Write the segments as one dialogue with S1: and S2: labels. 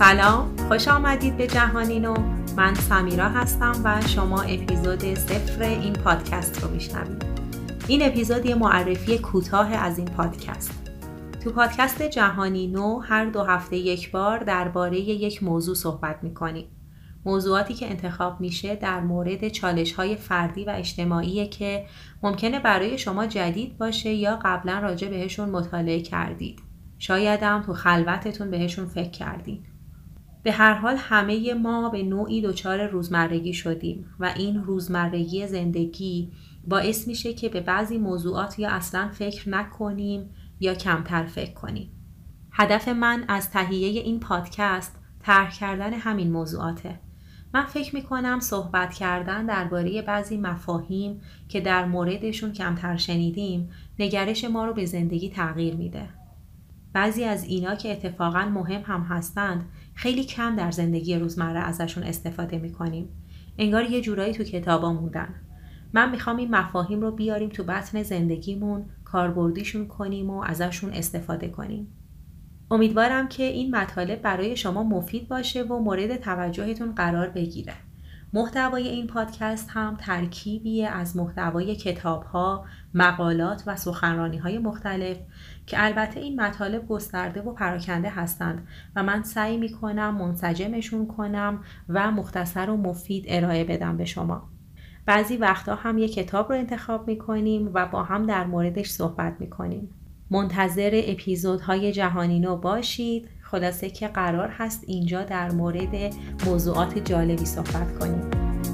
S1: سلام، خوش آمدید به جهانی نو. من سمیرا هستم و شما اپیزود 0 این پادکست رو میشنوید. این اپیزود یه معرفی کوتاه از این پادکست. تو پادکست جهانی نو هر 2 هفته یک بار درباره یک موضوع صحبت میکنیم. موضوعاتی که انتخاب میشه در مورد چالش‌های فردی و اجتماعی که ممکنه برای شما جدید باشه یا قبلا راجع بهشون مطالعه کردید. شاید هم تو خلوتتون بهشون فکر کردید. به هر حال همه ما به نوعی دچار روزمرگی شدیم و این روزمرگی زندگی باعث میشه که به بعضی موضوعات یا اصلا فکر نکنیم یا کمتر فکر کنیم. هدف من از تهیه این پادکست طرح کردن همین موضوعاته. من فکر میکنم صحبت کردن درباره بعضی مفاهیم که در موردشون کمتر شنیدیم نگرش ما رو به زندگی تغییر میده. بعضی از اینا که اتفاقا مهم هم هستند خیلی کم در زندگی روزمره ازشون استفاده میکنیم. انگار یه جورایی تو کتابا موندن. من میخوام این مفاهیم رو بیاریم تو بطن زندگیمون، کاربردیشون کنیم و ازشون استفاده کنیم. امیدوارم که این مطالب برای شما مفید باشه و مورد توجهتون قرار بگیره. محتوای این پادکست هم ترکیبی از محتوای کتاب‌ها، مقالات و سخنرانی‌های مختلف که البته این مطالب گسترده و پراکنده هستند و من سعی می‌کنم منسجمشون کنم و مختصر و مفید ارائه بدم به شما. بعضی وقتا هم یک کتاب رو انتخاب می‌کنیم و با هم در موردش صحبت می‌کنیم. منتظر اپیزودهای جهانی نو باشید. خلاصه که قرار هست اینجا در مورد موضوعات جالبی صحبت کنیم.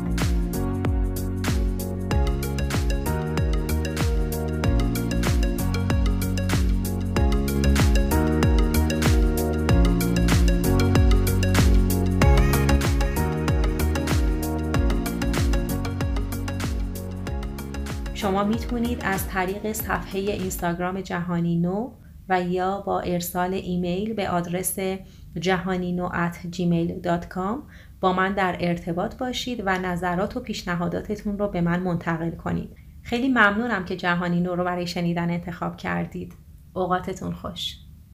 S1: شما میتونید از طریق صفحه اینستاگرام جهانی نو و یا با ارسال ایمیل به آدرس jahanino@gmail.com با من در ارتباط باشید و نظرات و پیشنهاداتتون رو به من منتقل کنید. خیلی ممنونم که جهانی نو رو برای شنیدن انتخاب کردید. اوقاتتون خوش.